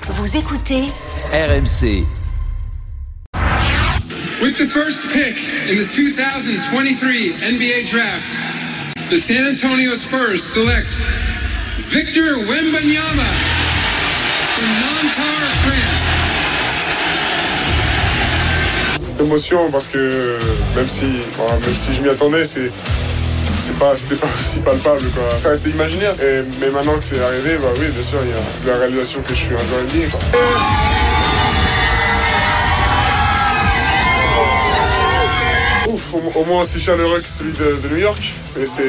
Vous écoutez RMC. With the first pick in the 2023 NBA Draft, the San Antonio Spurs select Victor Wembanyama from Nanterre, France. C'est émotion parce que même si je m'y attendais, c'était pas aussi palpable, quoi. Ça restait imaginaire. Mais maintenant que c'est arrivé, bah oui, bien sûr, il y a la réalisation que je suis un joueur NBA, quoi. Ouf, au moins aussi chaleureux que celui de New York. Mais ça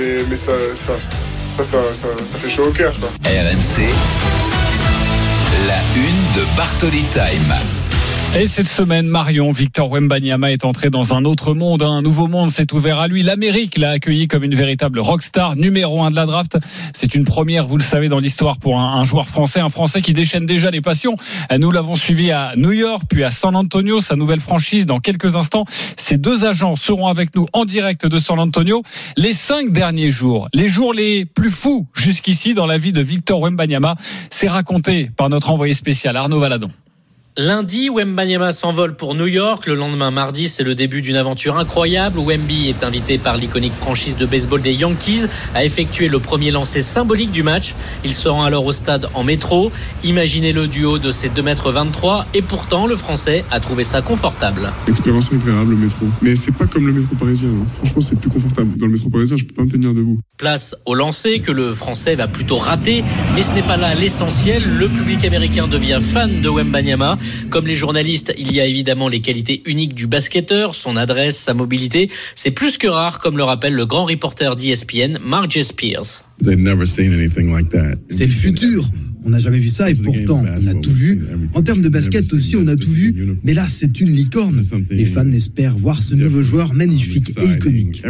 fait chaud au cœur, quoi. RMC, la une de Bartoli Time. Et cette semaine, Marion, Victor Wembanyama est entré dans un autre monde, un nouveau monde s'est ouvert à lui. L'Amérique l'a accueilli comme une véritable rockstar, numéro 1 de la draft. C'est une première, vous le savez, dans l'histoire pour un joueur français, un Français qui déchaîne déjà les passions. Nous l'avons suivi à New York, puis à San Antonio, sa nouvelle franchise. Dans quelques instants, ces deux agents seront avec nous en direct de San Antonio. Les 5 derniers jours, les jours les plus fous jusqu'ici dans la vie de Victor Wembanyama, c'est raconté par notre envoyé spécial Arnaud Valadon. Lundi, Wembanyama s'envole pour New York. Le lendemain, mardi, c'est le début d'une aventure incroyable. Wemby est invité par l'iconique franchise de baseball des Yankees à effectuer le premier lancer symbolique du match. Il se rend alors au stade en métro. Imaginez le duo de ses 2,23 m et pourtant, le Français a trouvé ça confortable. Expérience incroyable, le métro. Mais c'est pas comme le métro parisien. Franchement, c'est plus confortable. Dans le métro parisien, je peux pas me tenir debout. Place au lancer que le Français va plutôt rater. Mais ce n'est pas là l'essentiel. Le public américain devient fan de Wembanyama. Comme les journalistes, il y a évidemment les qualités uniques du basketteur, son adresse, sa mobilité. C'est plus que rare, comme le rappelle le grand reporter d'ESPN, Mark J. Spears. C'est le futur. On n'a jamais vu ça et pourtant on a tout vu. En termes de basket aussi, on a tout vu. Mais là, c'est une licorne. Les fans espèrent voir ce nouveau joueur magnifique et iconique.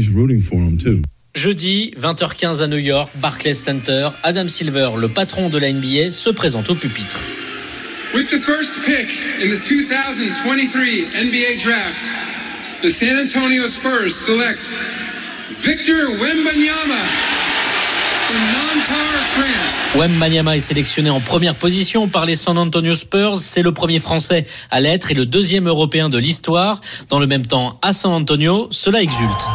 Jeudi, 20h15 à New York, Barclays Center, Adam Silver, le patron de la NBA, se présente au pupitre. With the first pick in the 2023 NBA Draft, the San Antonio Spurs select Victor Wembanyama from Nanterre, France. Wembanyama est sélectionné en première position par les San Antonio Spurs. C'est le premier Français à l'être et le deuxième Européen de l'histoire. Dans le même temps, à San Antonio, cela exulte.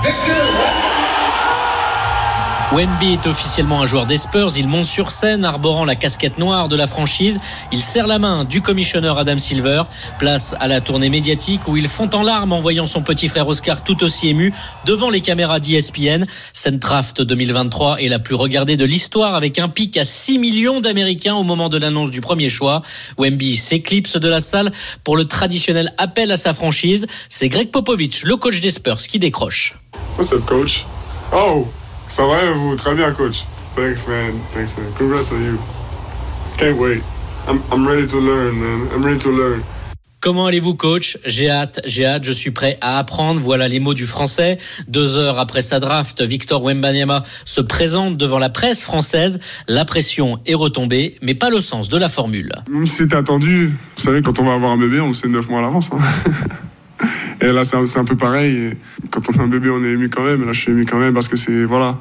Wemby est officiellement un joueur des Spurs. Il monte sur scène, arborant la casquette noire de la franchise. Il serre la main du commissionneur Adam Silver. Place à la tournée médiatique où il fond en larmes en voyant son petit frère Oscar tout aussi ému devant les caméras d'ESPN. Cette draft 2023 est la plus regardée de l'histoire avec un pic à 6 millions d'Américains au moment de l'annonce du premier choix. Wemby s'éclipse de la salle pour le traditionnel appel à sa franchise. C'est Greg Popovich, le coach des Spurs, qui décroche. What's up, coach? Oh! Ça va et vous? Très bien, coach. Thanks, man. Congrats on you. Can't wait. I'm ready to learn, man. I'm ready to learn. Comment allez-vous, coach? J'ai hâte, je suis prêt à apprendre. Voilà les mots du Français. 2 heures après sa draft, Victor Wembanyama se présente devant la presse française. La pression est retombée, mais pas le sens de la formule. Même si c'était attendu, vous savez, quand on va avoir un bébé, on le sait 9 mois à l'avance. Et là, c'est un peu pareil. Et quand on a un bébé, on est ému quand même. Et là, je suis ému quand même parce que c'est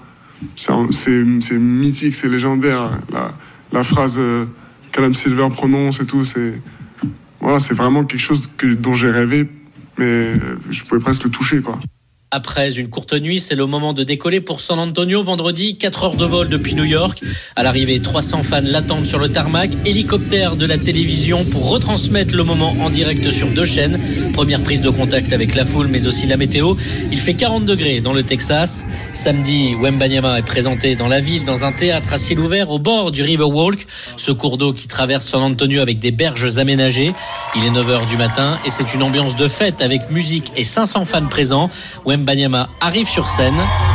mythique, c'est légendaire. La phrase qu'Adam Silver prononce et tout, c'est vraiment quelque chose dont j'ai rêvé, mais je pouvais presque le toucher, quoi. Après une courte nuit, c'est le moment de décoller pour San Antonio. Vendredi, 4 heures de vol depuis New York. À l'arrivée, 300 fans l'attendent sur le tarmac. Hélicoptère de la télévision pour retransmettre le moment en direct sur 2 chaînes. Première prise de contact avec la foule, mais aussi la météo. Il fait 40 degrés dans le Texas. Samedi, Wembanyama est présenté dans la ville, dans un théâtre à ciel ouvert au bord du Riverwalk. Ce cours d'eau qui traverse San Antonio avec des berges aménagées. Il est 9h du matin et c'est une ambiance de fête avec musique et 500 fans présents. Wembanyama arrive sur scène.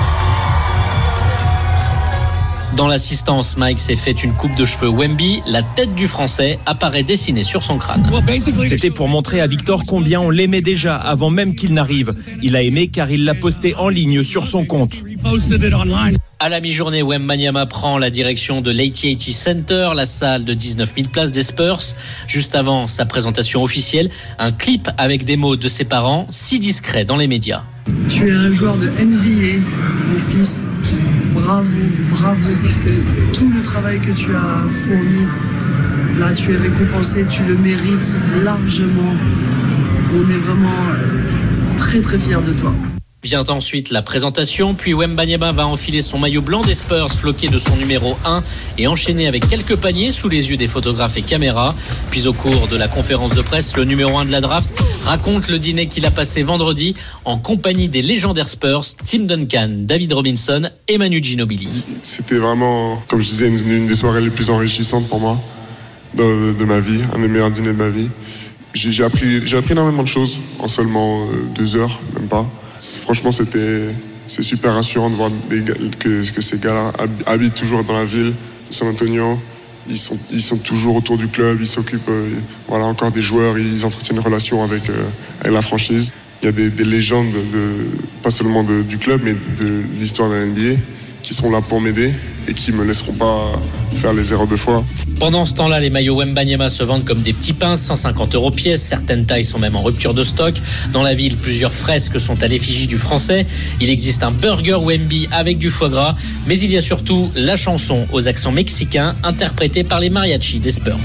Dans l'assistance, Mike s'est fait une coupe de cheveux Wemby. La tête du Français apparaît dessinée sur son crâne. C'était pour montrer à Victor combien on l'aimait déjà avant même qu'il n'arrive. Il a aimé car il l'a posté en ligne sur son compte. À la mi-journée, Wembanyama prend la direction de l'AT&T Center, la salle de 19 000 places des Spurs. Juste avant sa présentation officielle, un clip avec des mots de ses parents, si discrets dans les médias. Tu es un joueur de NBA, mon fils. Bravo, parce que tout le travail que tu as fourni Là, tu es récompensé, tu le mérites largement. On est vraiment très très fiers de toi. Vient ensuite la présentation, puis Wembanyama va enfiler son maillot blanc des Spurs floqué de son numéro 1 et enchaîner avec quelques paniers sous les yeux des photographes et caméras. Puis au cours de la conférence de presse, le numéro 1 de la draft raconte le dîner qu'il a passé vendredi en compagnie des légendaires Spurs, Tim Duncan, David Robinson et Manu Ginobili. C'était vraiment, comme je disais, une des soirées les plus enrichissantes pour moi de ma vie, un des meilleurs dîners de ma vie. J'ai appris énormément de choses en seulement 2 heures, même pas. Franchement, c'est super rassurant de voir que ces gars-là habitent toujours dans la ville de San Antonio. Ils sont toujours autour du club, ils s'occupent encore des joueurs, ils entretiennent une relation avec la franchise. Il y a des légendes, pas seulement du club, mais de l'histoire de la NBA qui sont là pour m'aider et qui ne me laisseront pas faire les erreurs de fois. Pendant ce temps-là, les maillots Wembanyama se vendent comme des petits pains, 150 € pièce. Certaines tailles sont même en rupture de stock. Dans la ville, plusieurs fresques sont à l'effigie du français. Il existe un burger Wemby avec du foie gras, mais il y a surtout la chanson aux accents mexicains interprétée par les mariachis des Spurs.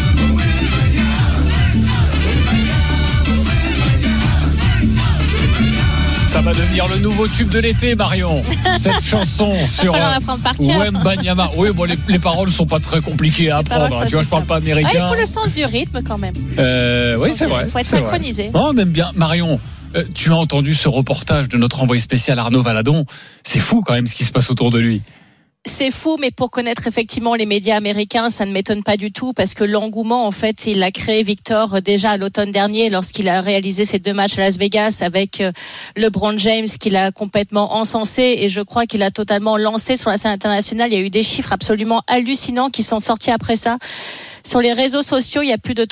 Ça va devenir le nouveau tube de l'été, Marion. Cette chanson sur Wembanyama. Oui, bon, les paroles sont pas très compliquées à apprendre. Tu vois, je parle pas américain. Il faut le sens du rythme quand même. Oui, c'est vrai. Il faut être synchronisé. Non, on aime bien. Marion, tu as entendu ce reportage de notre envoyé spécial Arnaud Valadon. C'est fou quand même ce qui se passe autour de lui. C'est fou, mais pour connaître effectivement les médias américains, ça ne m'étonne pas du tout parce que l'engouement, en fait, il l'a créé Victor déjà à l'automne dernier lorsqu'il a réalisé ses 2 matchs à Las Vegas avec LeBron James qu'il a complètement encensé et je crois qu'il a totalement lancé sur la scène internationale. Il y a eu des chiffres absolument hallucinants qui sont sortis après ça. Sur les réseaux sociaux, il y a plus de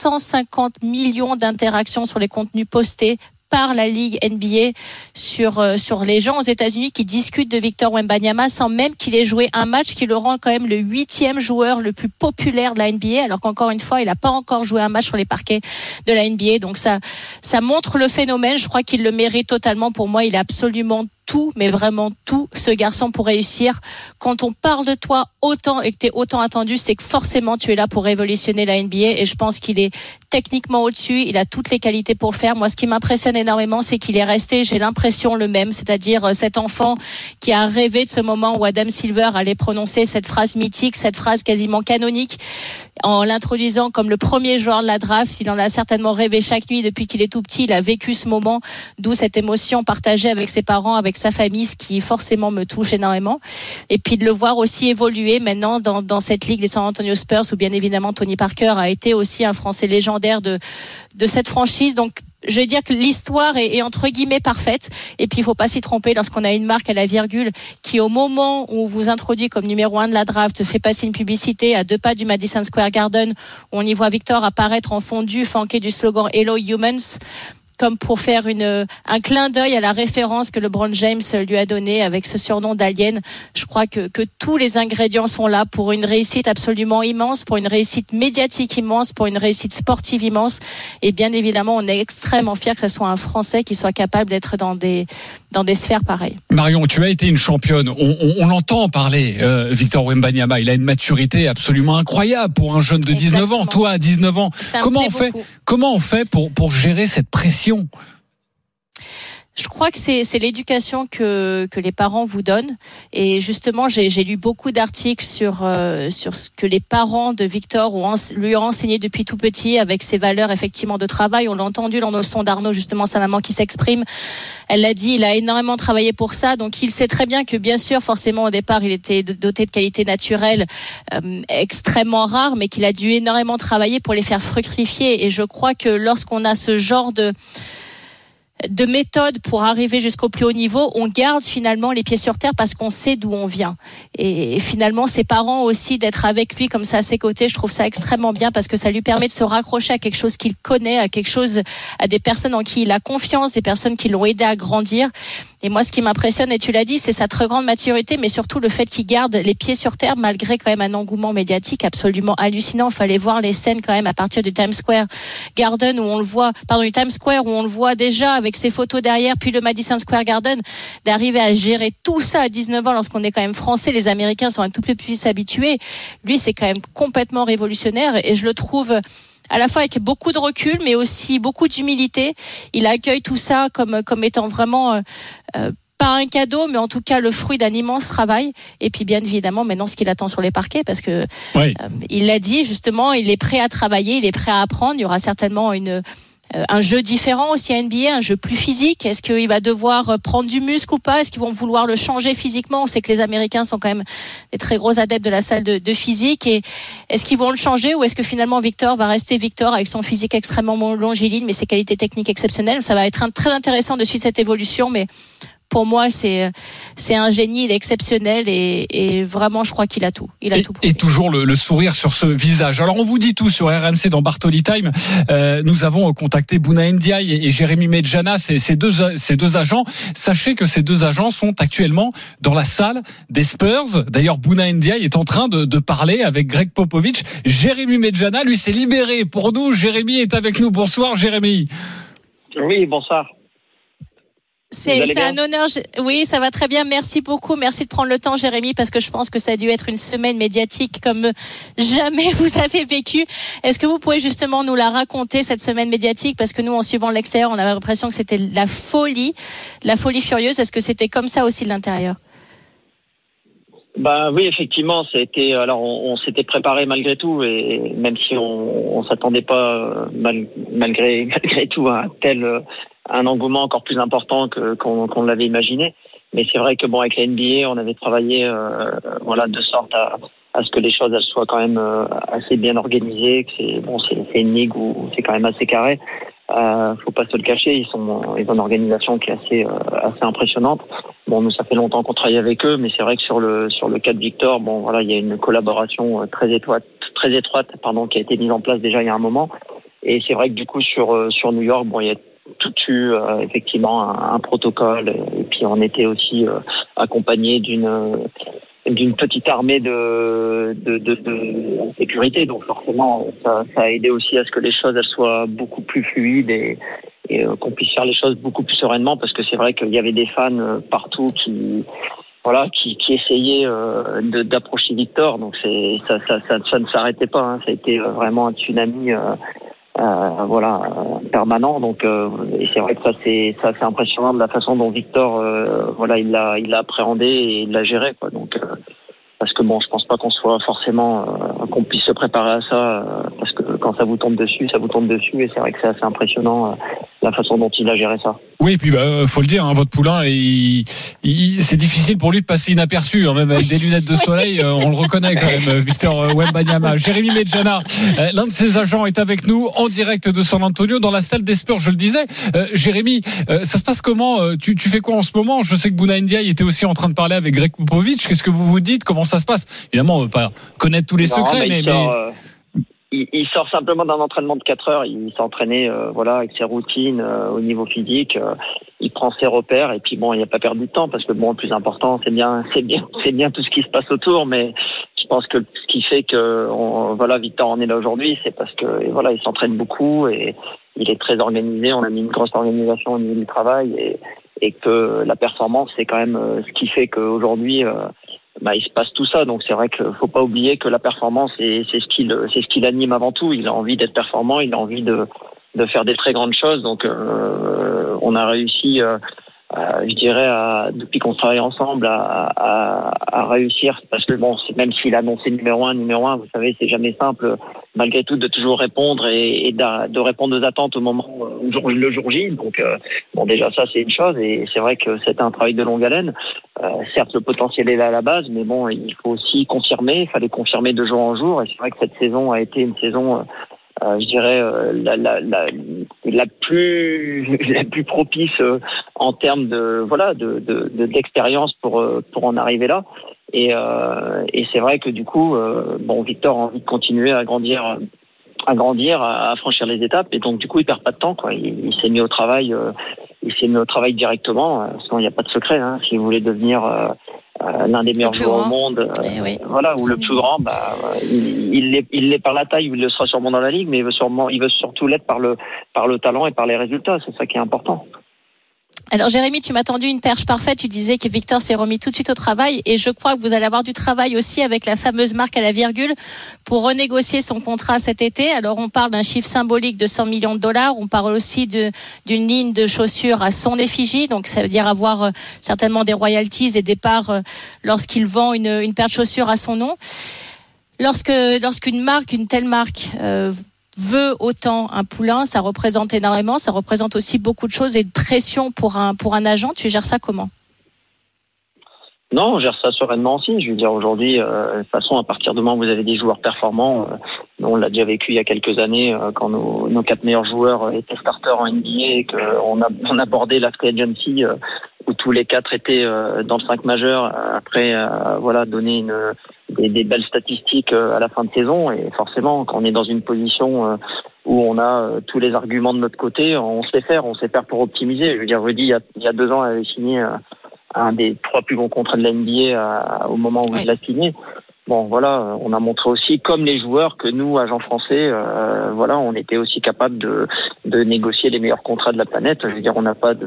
350 millions d'interactions sur les contenus postés par la Ligue NBA sur les gens aux États-Unis qui discutent de Victor Wembanyama sans même qu'il ait joué un match qui le rend quand même le 8e joueur le plus populaire de la NBA, alors qu'encore une fois, il n'a pas encore joué un match sur les parquets de la NBA. Donc ça montre le phénomène. Je crois qu'il le mérite totalement. Pour moi, il a absolument tout, mais vraiment tout, ce garçon pour réussir. Quand on parle de toi autant et que tu es autant attendu, c'est que forcément tu es là pour révolutionner la NBA et je pense qu'il est techniquement au-dessus, il a toutes les qualités pour le faire. Moi, ce qui m'impressionne énormément, c'est qu'il est resté, j'ai l'impression, le même, c'est-à-dire cet enfant qui a rêvé de ce moment où Adam Silver allait prononcer cette phrase mythique, cette phrase quasiment canonique, en l'introduisant comme le premier joueur de la draft. Il en a certainement rêvé chaque nuit depuis qu'il est tout petit. Il a vécu ce moment, d'où cette émotion partagée avec ses parents, avec sa famille, ce qui forcément me touche énormément. Et puis de le voir aussi évoluer maintenant dans cette ligue des San Antonio Spurs, où bien évidemment Tony Parker a été aussi un Français légendaire de cette franchise. Donc je veux dire que l'histoire est entre guillemets parfaite. Et puis il faut pas s'y tromper lorsqu'on a une marque à la virgule qui, au moment où on vous introduit comme numéro 1 de la draft, fait passer une publicité à 2 pas du Madison Square Garden où on y voit Victor apparaître en fondu flanqué du slogan Hello Humans, comme pour faire un clin d'œil à la référence que LeBron James lui a donnée avec ce surnom d'alien. Je crois que tous les ingrédients sont là pour une réussite absolument immense, pour une réussite médiatique immense, pour une réussite sportive immense. Et bien évidemment, on est extrêmement fiers que ce soit un Français qui soit capable d'être dans des sphères pareilles. Marion, tu as été une championne. On l'entend parler, Victor Wembanyama. Il a une maturité absolument incroyable pour un jeune de 19 ans. Toi, à 19 ans, comment on fait pour gérer cette pression? Je crois que c'est l'éducation que les parents vous donnent. Et justement, j'ai lu beaucoup d'articles sur ce que les parents de Victor lui ont enseigné depuis tout petit, avec ses valeurs effectivement de travail. On l'a entendu dans le son d'Arnaud, justement, sa maman qui s'exprime. Elle l'a dit, il a énormément travaillé pour ça. Donc il sait très bien que, bien sûr, forcément au départ, il était doté de qualités naturelles extrêmement rares, mais qu'il a dû énormément travailler pour les faire fructifier. Et je crois que lorsqu'on a ce genre de méthode pour arriver jusqu'au plus haut niveau, on garde finalement les pieds sur terre parce qu'on sait d'où on vient. Et finalement, ses parents aussi, d'être avec lui comme ça à ses côtés, je trouve ça extrêmement bien parce que ça lui permet de se raccrocher à quelque chose qu'il connaît, à des personnes en qui il a confiance, des personnes qui l'ont aidé à grandir. Et moi, ce qui m'impressionne, et tu l'as dit, c'est sa très grande maturité, mais surtout le fait qu'il garde les pieds sur terre malgré quand même un engouement médiatique absolument hallucinant. Il fallait voir les scènes quand même à partir du Times Square Garden du Times Square où on le voit déjà avec ses photos derrière, puis le Madison Square Garden, d'arriver à gérer tout ça à 19 ans lorsqu'on est quand même français. Les Américains sont un tout peu plus habitués. Lui, c'est quand même complètement révolutionnaire et je le trouve à la fois avec beaucoup de recul, mais aussi beaucoup d'humilité. Il accueille tout ça comme étant vraiment pas un cadeau, mais en tout cas le fruit d'un immense travail. Et puis bien évidemment, maintenant, ce qu'il attend sur les parquets, parce que il l'a dit justement, il est prêt à travailler, il est prêt à apprendre. Il y aura certainement un jeu différent aussi à NBA, un jeu plus physique. Est-ce qu'il va devoir prendre du muscle ou pas? Est-ce qu'ils vont vouloir le changer physiquement? On sait que les Américains sont quand même des très gros adeptes de la salle de physique. Et est-ce qu'ils vont le changer ou est-ce que finalement Victor va rester Victor avec son physique extrêmement longiligne mais ses qualités techniques exceptionnelles? Ça va être très intéressant de suivre cette évolution, mais pour moi, c'est un génie, il est exceptionnel et vraiment, je crois qu'il a tout. Il a tout prouvé. Et toujours le sourire sur ce visage. Alors, on vous dit tout sur RMC dans Bartoli Time. Nous avons contacté Bouna Ndiaye et Jérémy Medjana, ces deux agents. Sachez que ces deux agents sont actuellement dans la salle des Spurs. D'ailleurs, Bouna Ndiaye est en train de parler avec Greg Popovich. Jérémy Medjana, lui, s'est libéré pour nous. Jérémy est avec nous. Bonsoir, Jérémy. Oui, bonsoir. C'est un honneur. Oui, ça va très bien. Merci beaucoup. Merci de prendre le temps, Jérémy, parce que je pense que ça a dû être une semaine médiatique comme jamais vous avez vécu. Est-ce que vous pouvez justement nous la raconter, cette semaine médiatique? Parce que nous, en suivant l'extérieur, on avait l'impression que c'était la folie furieuse. Est-ce que c'était comme ça aussi de l'intérieur? Oui, effectivement, ça a été. Alors, on s'était préparé malgré tout, et même si on s'attendait pas malgré tout à un engouement encore plus important qu'on l'avait imaginé. Mais c'est vrai que avec la NBA, on avait travaillé de sorte à ce que les choses elles soient quand même assez bien organisées, que c'est une ligue où c'est quand même assez carré. Faut pas se le cacher, ils ont une organisation qui est assez impressionnante. Nous, ça fait longtemps qu'on travaille avec eux, mais c'est vrai que sur le cas de Victor, il y a une collaboration très étroite, qui a été mise en place déjà il y a un moment. Et c'est vrai que du coup sur New York, il y a tout eu effectivement un protocole, et puis on était aussi accompagné d'une petite armée de sécurité, donc forcément ça a aidé aussi à ce que les choses elles soient beaucoup plus fluides et qu'on puisse faire les choses beaucoup plus sereinement, parce que c'est vrai qu'il y avait des fans partout qui essayaient d'approcher Victor, donc ça ne s'arrêtait pas, hein. Ça a été vraiment un tsunami permanent, donc et c'est vrai que ça c'est impressionnant de la façon dont Victor il l'a appréhendé et il l'a géré, quoi. Donc parce que je pense pas qu'on soit forcément qu'on puisse se préparer à ça, parce que quand ça vous tombe dessus, et c'est vrai que c'est assez impressionnant la façon dont il a géré ça. Oui, et puis faut le dire, hein, votre poulain, c'est difficile pour lui de passer inaperçu, hein, même avec des lunettes de soleil, on le reconnaît quand même, Victor Wembanyama. Jérémy Medjana, l'un de ses agents, est avec nous en direct de San Antonio, dans la salle des Spurs, je le disais. Jérémy, ça se passe comment? Tu fais quoi en ce moment? Je sais que Bouna Ndiaye était aussi en train de parler avec Greg Popovich. Qu'est-ce que vous vous dites? Comment ça se passe? Évidemment, on ne veut pas connaître tous les secrets, mais il sort simplement d'un entraînement de 4 heures. Il s'entraînait avec ses routines au niveau physique. Il prend ses repères, et puis il n'a pas perdu de temps, parce que le plus important, c'est bien tout ce qui se passe autour. Mais je pense que ce qui fait que Victor en est là aujourd'hui, c'est parce que il s'entraîne beaucoup et il est très organisé. On a mis une grosse organisation au niveau du travail, et que la performance, c'est quand même ce qui fait qu'aujourd'hui il se passe tout ça. Donc c'est vrai qu'il faut pas oublier que la performance, c'est ce qui l'anime avant tout. Il a envie d'être performant, il a envie de faire des très grandes choses. Donc on a réussi, je dirais, depuis qu'on travaille ensemble, à réussir, parce que même s'il a annoncé numéro un, vous savez, c'est jamais simple malgré tout de toujours répondre et de répondre aux attentes au moment le jour J. Donc déjà ça c'est une chose, et c'est vrai que c'était un travail de longue haleine. Certes, le potentiel est là à la base, mais il faut aussi confirmer. Il fallait confirmer de jour en jour, et c'est vrai que cette saison a été une saison je dirais la plus propice en termes d'expérience pour en arriver là, et c'est vrai que du coup Victor a envie de continuer à grandir grandir, à franchir les étapes, et donc du coup il perd pas de temps, quoi. Il s'est mis au travail, directement. Sinon il n'y a pas de secret. Hein. Si vous voulez devenir l'un des meilleurs joueurs au monde, ou le plus grand, il l'est par la taille, ou il le sera sûrement dans la ligue, mais il veut surtout l'être par le talent et par les résultats. C'est ça qui est important. Alors Jérémy, tu m'as tendu une perche parfaite, tu disais que Victor s'est remis tout de suite au travail, et je crois que vous allez avoir du travail aussi avec la fameuse marque à la virgule pour renégocier son contrat cet été. Alors on parle d'un chiffre symbolique de $100 millions, on parle aussi d'une ligne de chaussures à son effigie, donc ça veut dire avoir certainement des royalties et des parts lorsqu'il vend une paire de chaussures à son nom. Lorsqu'une telle marque veut autant un poulain, ça représente énormément, ça représente aussi beaucoup de choses et de pression pour un agent. Tu gères ça comment ? Non, on gère ça sereinement aussi. Je veux dire, aujourd'hui, de toute façon, à partir du moment où vous avez des joueurs performants, on l'a déjà vécu il y a quelques années quand nos 4 meilleurs joueurs étaient starters en NBA et qu'on abordait la free agency où tous les 4 étaient dans le 5 majeur après donner des belles statistiques à la fin de saison. Et forcément, quand on est dans une position où on a tous les arguments de notre côté, on sait faire pour optimiser. Je veux dire, Rudy, il y a 2 ans, avait signé un des 3 plus bons contrats de la NBA au moment où il l'a signé. Bon, voilà, on a montré aussi, comme les joueurs, que nous, agents français, on était aussi capable de négocier les meilleurs contrats de la planète. Je veux dire, on n'a pas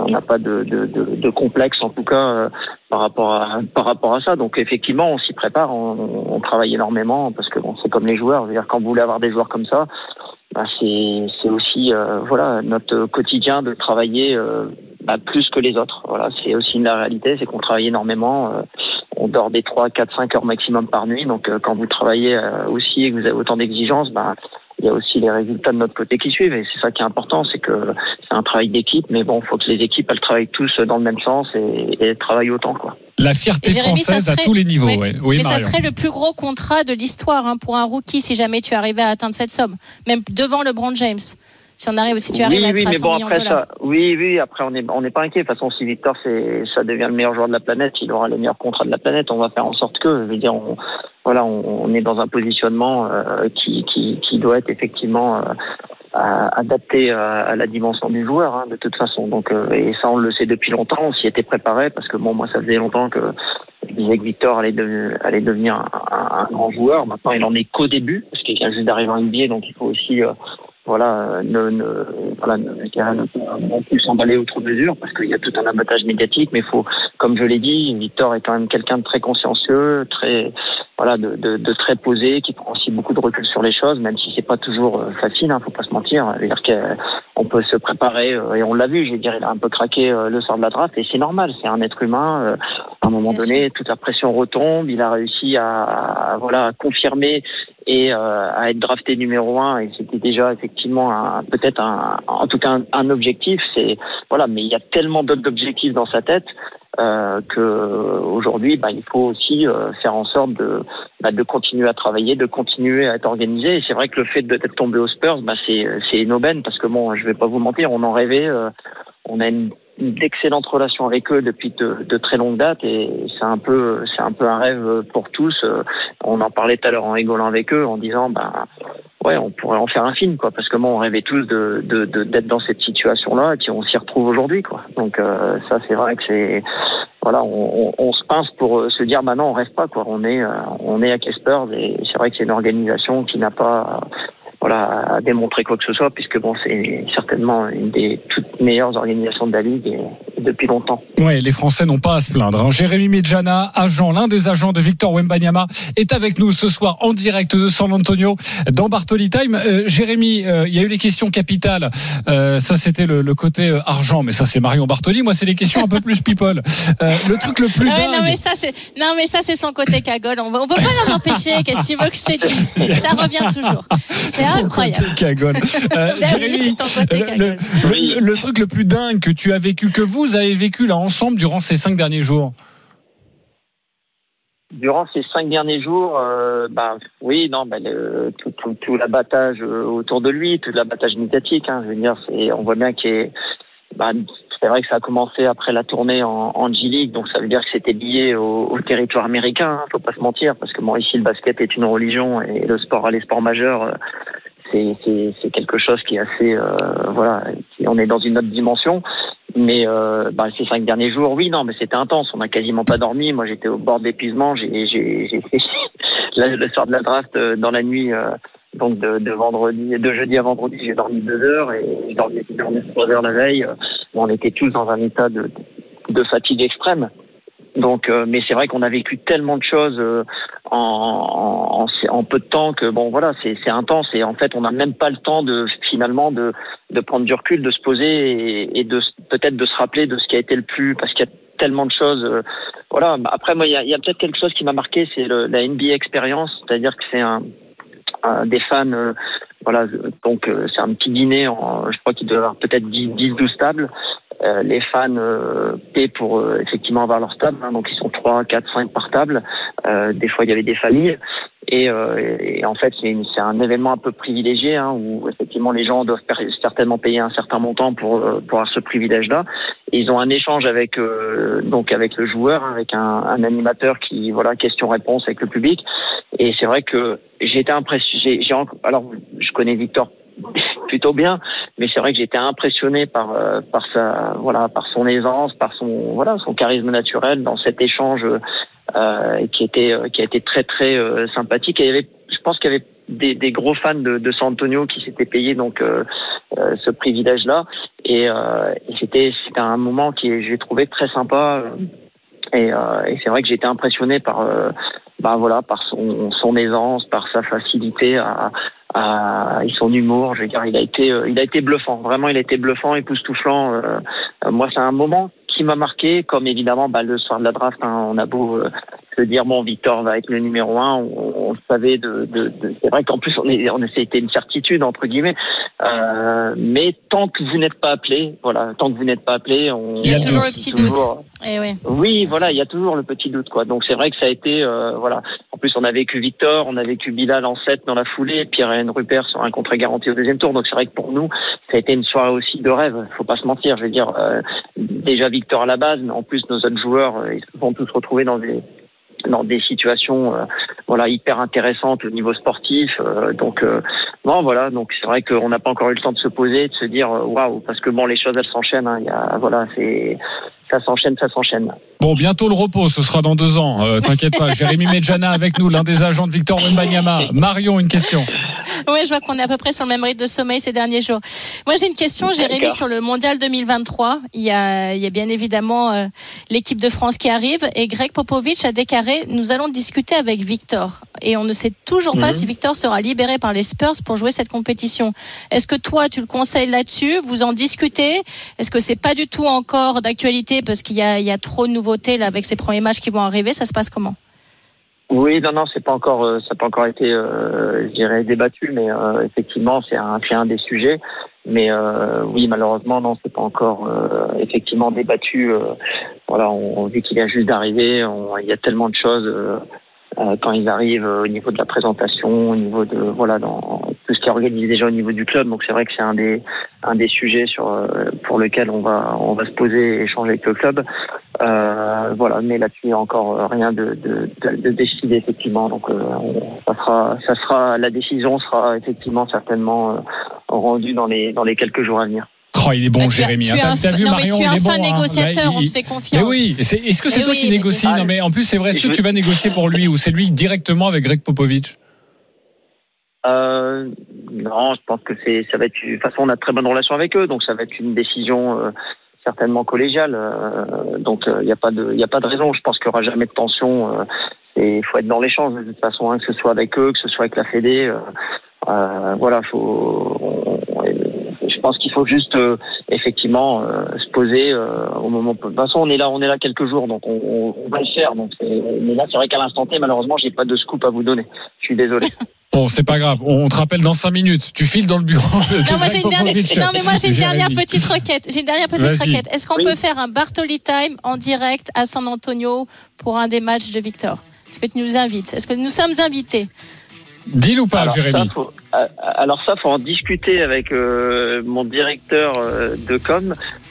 de complexe, en tout cas, par rapport à ça. Donc, effectivement, on s'y prépare, on travaille énormément, parce que c'est comme les joueurs. Je veux dire, quand vous voulez avoir des joueurs comme ça, c'est aussi, notre quotidien de travailler, plus que les autres. Voilà, c'est aussi la réalité, c'est qu'on travaille énormément. On dort des 3, 4, 5 heures maximum par nuit. Donc, quand vous travaillez aussi et que vous avez autant d'exigences, il y a aussi les résultats de notre côté qui suivent. Et c'est ça qui est important, c'est que c'est un travail d'équipe. Mais bon, il faut que les équipes, elles travaillent tous dans le même sens et travaillent autant, quoi. La fierté Jérémy, française à tous les niveaux. Oui, mais ça Marion. serait le plus gros contrat de l'histoire pour un rookie si jamais tu arrivais à atteindre cette somme. Même devant LeBron James. Si tu arrives à être à 100 millions de dollars. Après, on n'est pas inquiet. De toute façon, si Victor, ça devient le meilleur joueur de la planète, il aura les meilleurs contrats de la planète. On va faire en sorte que, je veux dire, on est dans un positionnement qui doit être effectivement adapté à la dimension du joueur, de toute façon. Donc, et ça, on le sait depuis longtemps. On s'y était préparé parce que moi, ça faisait longtemps que je disais que Victor allait devenir un grand joueur. Maintenant, il en est qu'au début parce qu'il vient juste d'arriver en NBA, donc il faut aussi non plus s'emballer outre mesure parce qu'il y a tout un abattage médiatique, mais comme je l'ai dit, Victor est quand même quelqu'un de très consciencieux, de très posé, qui prend aussi beaucoup de recul sur les choses, même si c'est pas toujours facile, faut pas se mentir. Je veux dire qu'on peut se préparer, et on l'a vu, je veux dire, il a un peu craqué le soir de la draft, et c'est normal, c'est un être humain, à un moment donné, toute la pression retombe, il a réussi à confirmer et à être drafté numéro 1, et c'était déjà effectivement en tout cas un objectif, mais il y a tellement d'autres objectifs dans sa tête que aujourd'hui il faut aussi faire en sorte de continuer à travailler, de continuer à être organisé. Et c'est vrai que le fait d'être tombé aux Spurs, c'est une aubaine, parce que je vais pas vous mentir, on en rêvait, on a une d'excellentes relations avec eux depuis de très longues dates, et c'est un peu un rêve pour tous. On en parlait tout à l'heure en rigolant avec eux, en disant on pourrait en faire un film, quoi, parce que on rêvait tous d'être dans cette situation-là, et puis on s'y retrouve aujourd'hui, quoi. Donc ça, c'est vrai que c'est on se pince pour se dire non, on rêve pas, quoi. On est à Spurs, et c'est vrai que c'est une organisation qui n'a pas à démontrer quoi que ce soit, puisque c'est certainement une des toutes meilleures organisations de la Ligue et depuis longtemps. Oui, les Français n'ont pas à se plaindre. Jérémy Medjana, l'un des agents de Victor Wembanyama, est avec nous ce soir en direct de San Antonio dans Bartoli Time. Jérémy, il y a eu les questions capitales. Ça, c'était le côté argent, mais ça, c'est Marion Bartoli. Moi, c'est les questions un peu plus people. Le truc le plus dingue. Non, mais ça, c'est son côté cagole. On peut pas l'en empêcher. Qu'est-ce que tu veux que je te dise? Ça revient toujours. C'est incroyable. Jérémy, le truc le plus dingue que tu as vécu, que vous avez vécu là ensemble durant ces 5 derniers jours. Durant ces 5 derniers jours, tout l'abattage autour de lui, tout l'abattage médiatique. Je veux dire, on voit bien qu'il c'est vrai que ça a commencé après la tournée en G-League, donc ça veut dire que c'était lié au territoire américain, faut pas se mentir, parce que ici le basket est une religion et les sports majeurs, c'est quelque chose qui est assez voilà, on est dans une autre dimension. Mais ces 5 derniers jours, oui, non, mais c'était intense. On n'a quasiment pas dormi. Moi, j'étais au bord de l'épuisement. J'ai fait le soir de la draft dans la nuit. Donc de jeudi à vendredi, j'ai dormi 2 heures et j'ai dormi 3 heures la veille. On était tous dans un état de fatigue extrême. Donc, mais c'est vrai qu'on a vécu tellement de choses en peu de temps que bon, voilà, c'est intense et en fait, on n'a même pas le temps de prendre du recul, de se poser et de peut-être de se rappeler de ce qui a été le plus, parce qu'il y a tellement de choses. Voilà. Après, moi, il y a peut-être quelque chose qui m'a marqué, c'est la NBA expérience, c'est-à-dire que c'est des fans. Voilà, donc c'est un petit dîner. Je crois qu'il doit y avoir peut-être 10-12 tables. Les fans paient pour effectivement avoir leur table, hein, donc ils sont 3, 4, 5 par table. Des fois il y avait des familles et en fait c'est un événement un peu privilégié, hein, où effectivement les gens doivent certainement payer un certain montant pour avoir ce privilège-là. Et ils ont un échange avec le joueur, hein, avec un animateur qui question-réponse avec le public. Et c'est vrai que j'ai été impressionné. Alors je connais Victor plutôt bien, mais c'est vrai que j'ai été impressionné par son aisance, par son charisme naturel dans cet échange qui a été très très sympathique. Et je pense qu'il y avait des gros fans de San Antonio qui s'étaient payés donc ce privilège-là, et c'était un moment qui j'ai trouvé très sympa, et c'est vrai que j'ai été impressionné par son aisance, par sa facilité et son humour. Je veux dire, il a été bluffant. Vraiment, il a été bluffant, époustouflant. Moi, c'est un moment qui m'a marqué, comme évidemment, le soir de la draft, hein, on a beau se dire, bon, Victor va être le numéro 1, on le savait c'est vrai qu'en plus, c'était une certitude, entre guillemets, mais tant que vous n'êtes pas appelé, il y a toujours le petit doute. Oui, voilà, il y a toujours le petit doute, quoi. Donc, c'est vrai que ça a été, En plus, on a vécu Victor, on a vécu Bilal en 7 dans la foulée, Pierre-Hélène Rupert sur un contrat garanti au deuxième tour. Donc, c'est vrai que pour nous, ça a été une soirée aussi de rêve. Faut pas se mentir. Je veux dire, déjà Victor à la base, mais en plus, nos autres joueurs, ils se sont tous retrouvés dans des situations hyper intéressantes au niveau sportif, donc c'est vrai qu'on n'a pas encore eu le temps de se poser, de se dire waouh, parce que bon, les choses elles s'enchaînent, hein, ça s'enchaîne. Bon, bientôt le repos, ce sera dans 2 ans, t'inquiète pas. Jérémy Medjana avec nous, l'un des agents de Victor Wembanyama. Marion, une question. Ouais, je vois qu'on est à peu près sur le même rythme de sommeil ces derniers jours. Moi, j'ai une question, Jérémy, sur le Mondial 2023. Il y a bien évidemment l'équipe de France qui arrive, et Greg Popovich a déclaré, nous allons discuter avec Victor. Et on ne sait toujours pas si Victor sera libéré par les Spurs pour jouer cette compétition. Est-ce que toi, tu le conseilles là-dessus? Vous en discutez? Est-ce que c'est pas du tout encore d'actualité parce qu'il y a trop de nouveautés là avec ces premiers matchs qui vont arriver? Ça se passe comment? Oui, non, ça n'a pas encore été, je dirais, débattu, mais effectivement, c'est un des sujets. Mais oui, malheureusement, non, c'est pas encore effectivement débattu. On dit qu'il vient juste d'arriver. Il y a tellement de choses quand ils arrivent au niveau de la présentation, au niveau de dans tout ce qui est organisé déjà au niveau du club. Donc c'est vrai que c'est un des sujets pour lequel on va se poser et échanger avec le club. Mais là-dessus il n'y a encore rien de décidé effectivement. Donc la décision sera effectivement certainement rendue dans les quelques jours à venir. Oh, il est bon, Jérémy. T'as vu, Marion, tu es il est bon. Un fin négociateur, on te fait confiance. Mais oui, est-ce que c'est toi qui négocies? Non, mais en plus, c'est vrai, est-ce que tu vas négocier pour lui ou c'est lui directement avec Greg Popovich? Non, je pense que ça va être. De toute façon, on a de très bonnes relations avec eux, donc ça va être une décision certainement collégiale. Donc, il n'y a pas de raison. Je pense qu'il n'y aura jamais de tension. Il faut être dans l'échange de toute façon, hein, que ce soit avec eux, que ce soit avec la Fédé. Je pense qu'il faut juste effectivement se poser au moment. De toute façon, on est là quelques jours, donc on va le faire. Donc, mais là, c'est vrai qu'à l'instant T, malheureusement, j'ai pas de scoop à vous donner. Je suis désolé. Bon, c'est pas grave. On te rappelle dans 5 minutes. Tu files dans le bureau. Non, moi j'ai une dernière petite requête. Est-ce qu'on peut faire un Bartoli Time en direct à San Antonio pour un des matchs de Victor? Est-ce que tu nous invites? Est-ce que nous sommes invités? Dis-le ou pas, Jérémy? Faut en discuter avec mon directeur de com.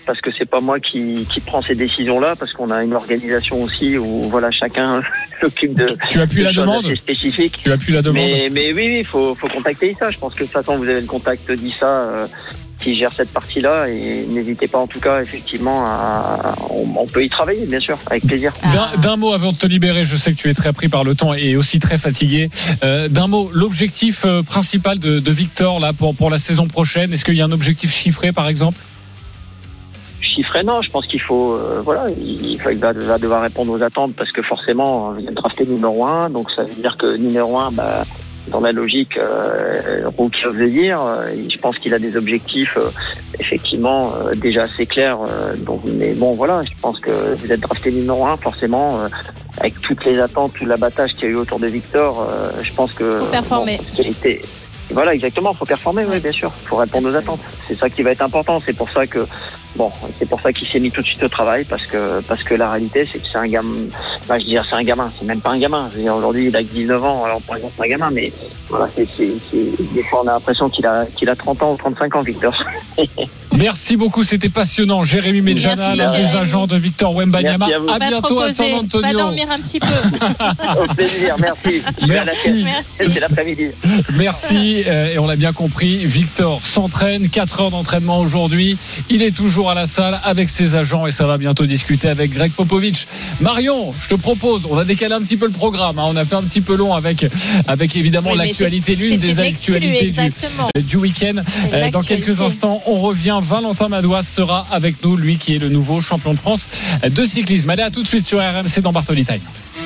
parce que c'est pas moi qui prend ces décisions-là, parce qu'on a une organisation aussi où voilà, chacun s'occupe de. Tu appuies la demande. Spécifique. Tu appuies la demande. Mais oui, faut contacter Issa. Je pense que de toute façon vous avez le contact d'Issa qui gère cette partie-là, et n'hésitez pas en tout cas effectivement on peut y travailler bien sûr avec plaisir. D'un mot avant de te libérer, je sais que tu es très pris par le temps et aussi très fatigué. D'un mot, l'objectif principal de Victor là pour la saison prochaine, est-ce qu'il y a un objectif chiffré par exemple? Chiffré, non, je pense qu'il faut il va devoir répondre aux attentes, parce que forcément vous êtes drafté numéro 1, donc ça veut dire que numéro 1 dans la logique Rookie of the Year, je pense qu'il a des objectifs effectivement déjà assez clairs. Donc, mais bon, voilà, je pense que vous êtes drafté numéro 1, forcément, avec toutes les attentes, tout l'abattage qu'il y a eu autour de Victor, je pense que... Faut performer. Voilà, exactement, faut performer, oui, bien sûr. Faut répondre aux attentes. C'est ça qui va être important. C'est pour ça qu'il s'est mis tout de suite au travail, parce que la réalité, c'est que c'est un gamin. Je veux dire, c'est un gamin. C'est même pas un gamin. Je veux dire, aujourd'hui, il a 19 ans. Alors, par exemple, c'est un gamin, mais voilà, des fois, on a l'impression qu'il a 30 ans ou 35 ans, Victor. Merci beaucoup, c'était passionnant. Jérémy Medjana, l'un des agents de Victor Wembanyama. À bientôt à San Antonio. Va dormir un petit peu. Au plaisir, merci. Merci. C'est l'après-midi. Merci. Et on l'a bien compris, Victor s'entraîne, 4 heures d'entraînement aujourd'hui. Il est toujours à la salle avec ses agents et ça va bientôt discuter avec Greg Popovich. Marion, je te propose, on a décalé un petit peu le programme, on a fait un petit peu long avec évidemment l'actualité, l'une des actualités du week-end. Dans quelques instants, on revient. Valentin Madouas sera avec nous, lui qui est le nouveau champion de France de cyclisme. Allez, à tout de suite sur RMC dans Bartoli Time.